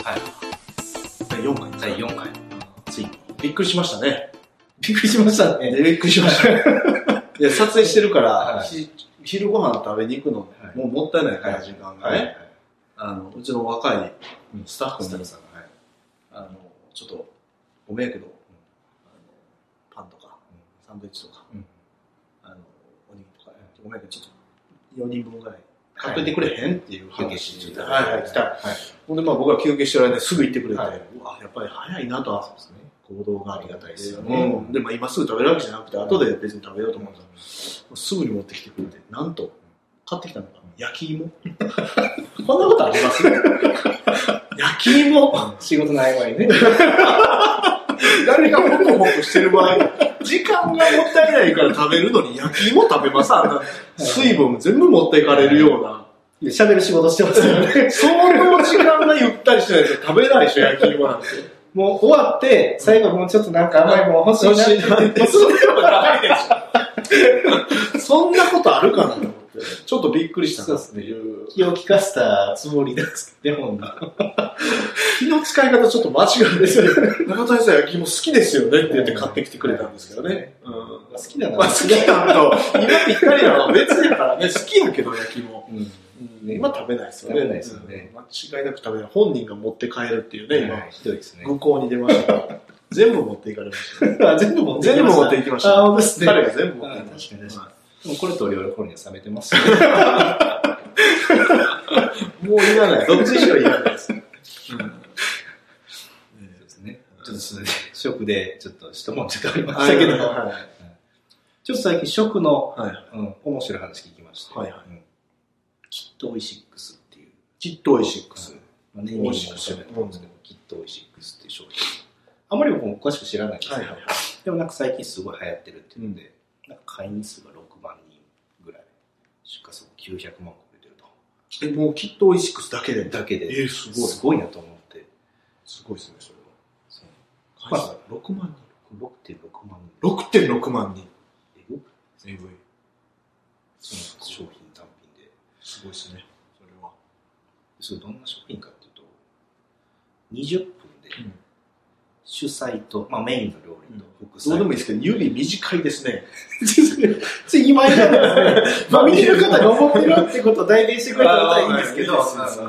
はい。 第4回。 第4回。 ついに。びっくりしましたね。 びっくりしましたね。 びっくりしました。いや、撮影してるから、 はい、 昼ご飯食べに行くの、はい、もうもったいないから、時間がね。はい、うちの若いスタッフに、ちょっと、ごめんやけど、パンとか、サンドイッチとか、おにぎりとか、ごめんやけど、ちょっと4人分ぐらい買っといてくれへんっていう話で、はいはい、来た。ほんで、まあ僕は休憩してる間にすぐ行ってくれて、うわ、やっぱり早いなとは、行動がありがたいですよね。で、まあ今すぐ食べるわけじゃなくて、後で別に食べようと思ったら、すぐに持ってきてくれて、なんと、買ってきたのが焼き芋。こんなことあります焼き芋仕事の合間にね。 誰がホクホクしてる場合、時間がもったいないから食べるのに焼き芋食べます。あんな水分全部持っていかれるような。 喋る仕事してますよね。 相当時間がゆったりしてないと食べないでしょ、焼き芋なんて。 もう終わって、最後もうちょっとなんか甘いもん欲しいなって。 そんなことあるかなと思って。ちょっとびっくりしたなっていう。 気を利かせたつもりですけど、本人。 気の使い方ちょっと間違うんですよ。中谷さん焼き芋好きですよねって言って買ってきてくれたんですけどね。 好きなの好きなのと、今ぴったりなのは別やからね、好きやけど焼き芋。今食べないですよね。 食べないですよね。 間違いなく食べない。本人が持って帰るっていうね、今。 ひどいですね。 向こうに出ましたから。全部持っていかれました。 全部持っていきました。 本当ですね。 彼が全部持っていきました。 もうこれと料理頃には冷めてます。 もういらない。どっちにしろいらないです。そうですね。ちょっとそれで、食でちょっと一悶着ありましたけど、ちょっと最近食の面白い話聞きました。キットオイシックスっていう。 キットオイシックス。 ネーミングも面白いと思うんですけど、キットオイシックスっていう商品。あまり僕も詳しく知らないんですけど、でもなんか最近すごい流行ってるっていうので、なんか会員数が6万人ぐらい、出荷数900万個売れてると。 もうキットオイシックスだけですごい。すごいなと思って。 すごいですね、それは。 まあ、 6万人。 6.6万人。6.6万人。 えぐい。その商品単品で。 すごいですね、それは。 それどんな商品かっていうと、20分で、主菜と、まあメインの料理と副菜。 どうでもいいですけど、指短いですね。 今言ったんですね。まあ見てる方が思ってるってことを代弁してくれたらいいんですけど。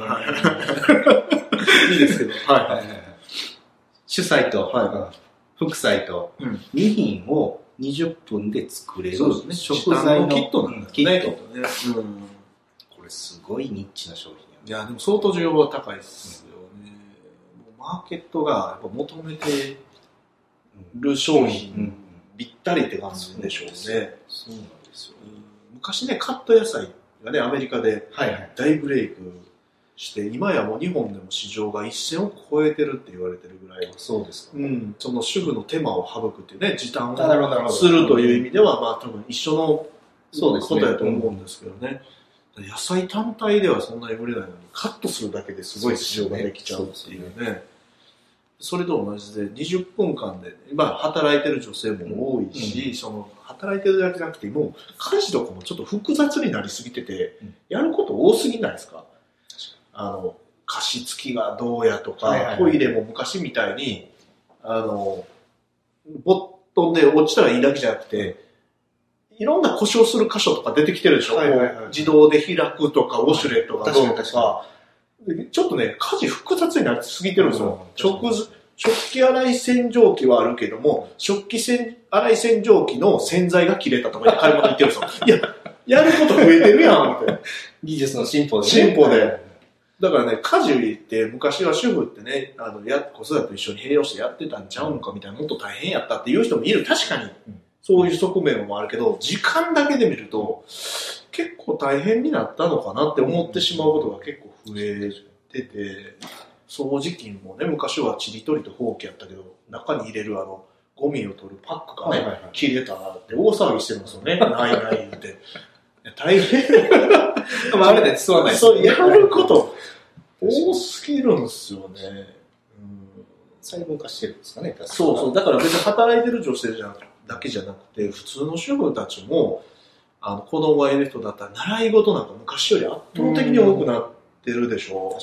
いいですけど。 主菜と副菜と2品を20分で作れる食材のキットなんですね。 これすごいニッチな商品。 いや、でも相当需要は高いですよね。マーケットがやっぱ求めてる商品、ぴったりって感じでしょうね。そうなんですよ。昔ね、カット野菜がね、アメリカで大ブレイクして、今やもう日本でも市場が一線を超えてるって言われてるぐらい。 そうですか。 その主婦の手間を省くっていうね、時短をするという意味では、まあ多分一緒のことやと思うんですけどね。野菜単体ではそんなに売れないのに、カットするだけですごい市場ができちゃうっていうね。それと同じで20分間で、働いてる女性も多いし、その働いてるだけじゃなくて、もう家事とかもちょっと複雑になりすぎてて、やること多すぎないですか？加湿器がどうやとか、トイレも昔みたいに、ボットンで落ちたらいいだけじゃなくて、いろんな故障する箇所とか出てきてるでしょ。自動で開くとか、ウォシュレットがどうとか。ちょっとね、家事複雑になりすぎてるんですよ。食器洗い洗浄機はあるけども、食器洗い洗浄機の洗剤が切れたとかで買い物行ってるんですよ。いや、やること増えてるやんって。 技術の進歩で。だからね、家事って昔は主婦ってね、子育てと一緒に併用してやってたんちゃうんかみたいな、もっと大変やったっていう人もいる。確かに。そういう側面もあるけど、時間だけで見ると、結構大変になったのかなって思ってしまうことが結構増えてて、掃除機もね、昔はちり取りとほうきやったけど、中に入れるゴミを取るパックがね、切れたって大騒ぎしてるんですよね。ない言って。大変。 あれで吸わない。 そう、やること多すぎるんですよね。 細分化してるんですかね。 そう。だから別に働いてる女性だけじゃなくて、普通の主婦たちも、子供がいる人だったら習い事なんか昔より圧倒的に多くなってるでしょ。確かに。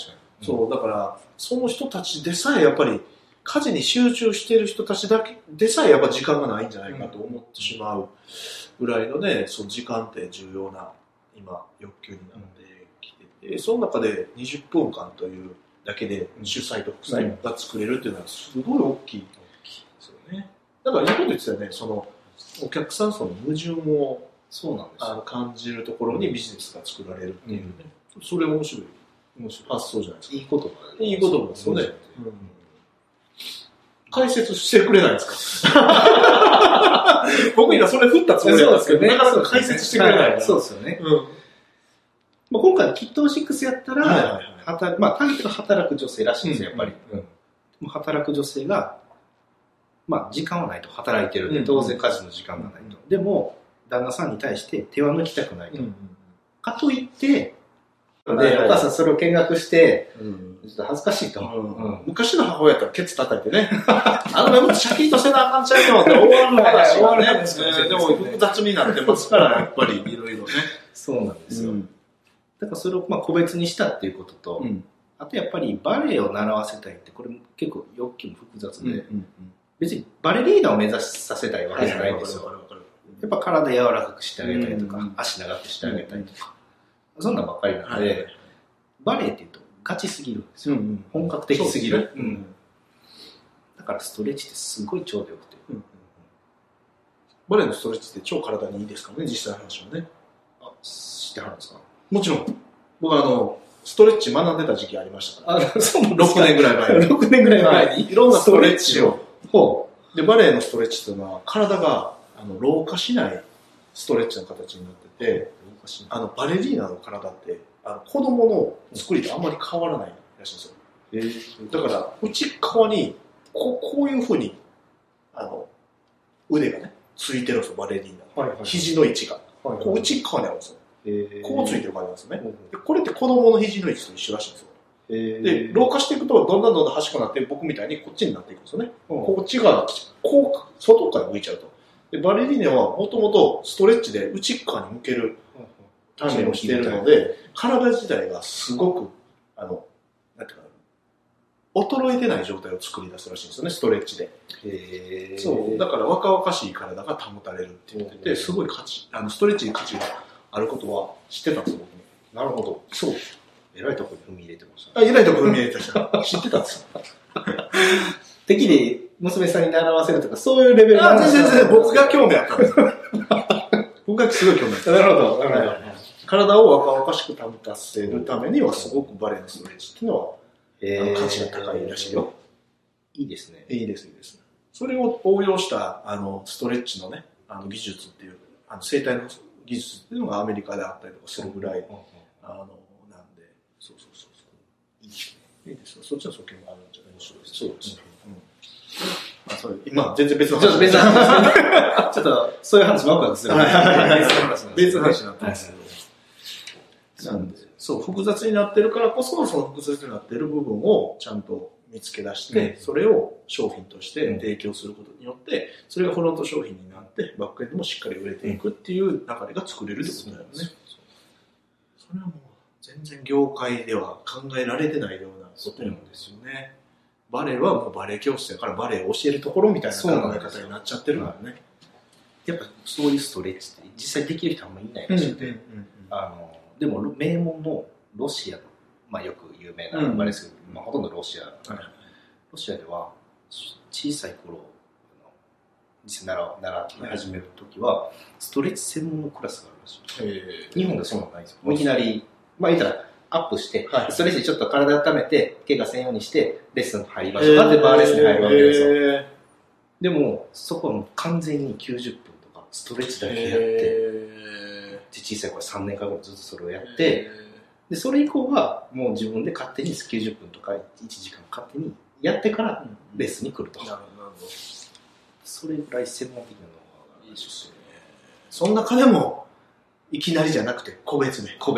そう、だから、その人たちでさえやっぱり、家事に集中している人たちだけでさえやっぱ時間がないんじゃないかと思ってしまうぐらいのね、その時間って重要な、今、欲求になってきてて、その中で20分間というだけで主菜と副菜が作れるっていうのはすごい大きいですよね。だからいいこと言ってたよね、その、お客さんその矛盾をそうなんですよ。 感じるところにビジネスが作られるっていうね。それ面白い発想じゃないですか。 いいこといいことですよね。解説してくれないですか僕今それ振ったつもりなんですけど、なかなか解説してくれない。 そうですよね。まあ今回キット6やったら、まあターゲットが働く女性らしいんですよ、やっぱり。働く女性が、まあ時間はないと働いてるんで、当然家事の時間がないと。でも、旦那さんに対して手は抜きたくないと。かといって、で、お母さんそれを見学して、ちょっと恥ずかしいと。 昔の母親やったらケツ叩いてね、もっとシャキッとせなあかんちゃうのって終わる話はね、でも複雑になってますから、やっぱりいろいろね。 そうなんですよ。だからそれをまあ個別にしたっていうことと、あとやっぱりバレエを習わせたいって、これ結構欲求も複雑で、別にバレリーナを目指させたいわけじゃないんですよ。やっぱ体柔らかくしてあげたりとか、足長くしてあげたりとか、そんなんばっかりなので、バレエって言うとガチすぎるんですよ。本格的すぎる。だからストレッチってすごいちょうどよくて。 バレエのストレッチって超体にいいですからね、実際の話はね。 知ってはるんですか？ もちろん。僕ストレッチ学んでた時期ありましたから。6年ぐらい前に。 6年ぐらい前にいろんなストレッチを。で、バレエのストレッチっていうのは、体が老化しないストレッチの形になってて、バレリーナの体って、子供の作りとあんまり変わらないらしいんですよ。だから、内側に、こういうふうに、腕がね、ついてるんですよ、バレリーナ。肘の位置が。こう内側にあるんですよ。こうついてる感じなんですよね。でこれって子供の肘の位置と一緒らしいんですよ。で、老化していくと、どんどん端っこになって、僕みたいにこっちになっていくんですよね。こっちが、こう、外から向いちゃうと。で、バレリーナはもともとストレッチで内側に向ける鍛錬をしているので、体自体がすごく、なんていうか、衰えてない状態を作り出すらしいんですよね、ストレッチで。そう。だから若々しい体が保たれるって言ってて、すごい価値、ストレッチに価値があることは知ってたんですよ、僕に。 なるほど。 そう。 えらいところに踏み入れてましたね。 えらいところに踏み入れてました。知ってたんですよ。 てっきり娘さんに習わせるとか、そういうレベルの全然僕が興味あったんですよ。僕がすごい興味あった。 なるほど。なるほど。 体を若々しく保たせるためには、すごくバレエのストレッチっていうのは、価値が高いらしいよ。 いいですね。 いいです、いいです。それを応用した、ストレッチのね、技術っていう、生体の技術っていうのがアメリカであったりとかするぐらい、なんで、そう。いいですね。いいですよ。そっちの訴求もあるんじゃないでしょうか。そうですね。今、全然別の話。 別の話。ちょっと、そういう話ばっかりする。 別の話になってますけど。なんで、そう、複雑になってるからこそ、その複雑になってる部分をちゃんと見つけ出して、それを商品として提供することによって、それがフロント商品になって、バックエンドもしっかり売れていくっていう流れが作れるってことだよね。それはもう、全然業界では考えられてないようなことなんですよね。バレエはもうバレエ教室だからバレエを教えるところみたいな考え方になっちゃってるからね。 やっぱそういうストレッチって実際できる人あんまりいないらしくて、でも名門のロシアの、まあ、よく有名なバレエですけど、ほとんどロシアでは小さい頃実際習い始めるときはストレッチ専門のクラスがあるらしい。日本ではそうなんないんですよ。いきなり、まあ言ったらアップして、ストレッチでちょっと体温めて怪我せんようにしてレッスン入りましょうかってバーレッスンに入るわけですよ。でもそこはもう完全に90分とかストレッチだけやってで小さい頃3年間ぐらいずっとそれをやってでそれ以降はもう自分で勝手に90分とか1時間勝手にやってからレッスンに来ると。なるほど。それぐらい専門的なのがいいですよね。 そんな金もいきなりじゃなくて個別で。 複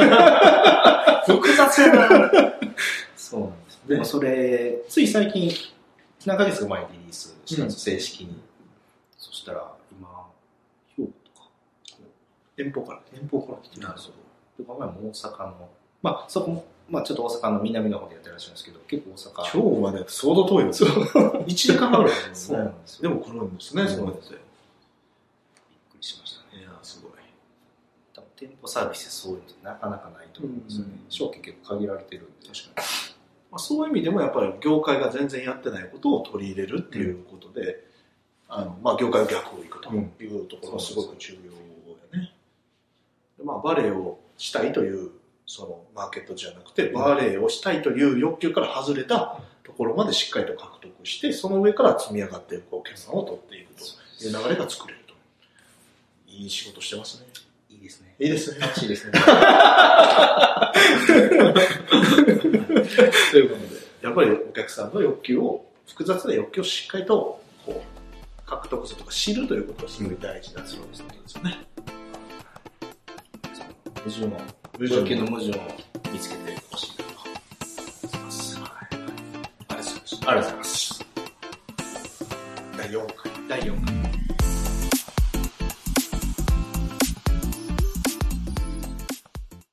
雑やな。そうなんです。でもそれ、つい最近、何ヶ月か前にリリースしたんです、正式に。そしたら、今、兵庫とか、 遠方から来てるんですよ。で、この前も大阪の、まあ、そこも、 ちょっと大阪の南の方でやってらっしゃるんですけど、結構大阪。 今日まで相当遠いですよ。1時間半ぐらいですね。 そうなんですよ。 でも来るんですね、そうやって。びっくりしましたね。 いや、すごい。 多分店舗サービスでそういうのってなかなかないと思うんですよね。証券結構限られてるんで。確かに。 そういう意味でもやっぱり業界が全然やってないことを取り入れるっていうことで、業界の逆をいくというところがすごく重要やね。バレエをしたいというそのマーケットじゃなくて、バレエをしたいという欲求から外れたところまでしっかりと獲得して、その上から積み上がっていくお客さんを取っていくという流れが作れると。いい仕事してますね。 いいですね。 いいですね。 楽しいですね。 ということで、やっぱりお客さんの欲求を、複雑な欲求をしっかりとこう獲得するとか知るということがすごい大事なそうですね。 要求の矛盾を見つけてほしいなと思います。はい。ありがとうございます。 第4回。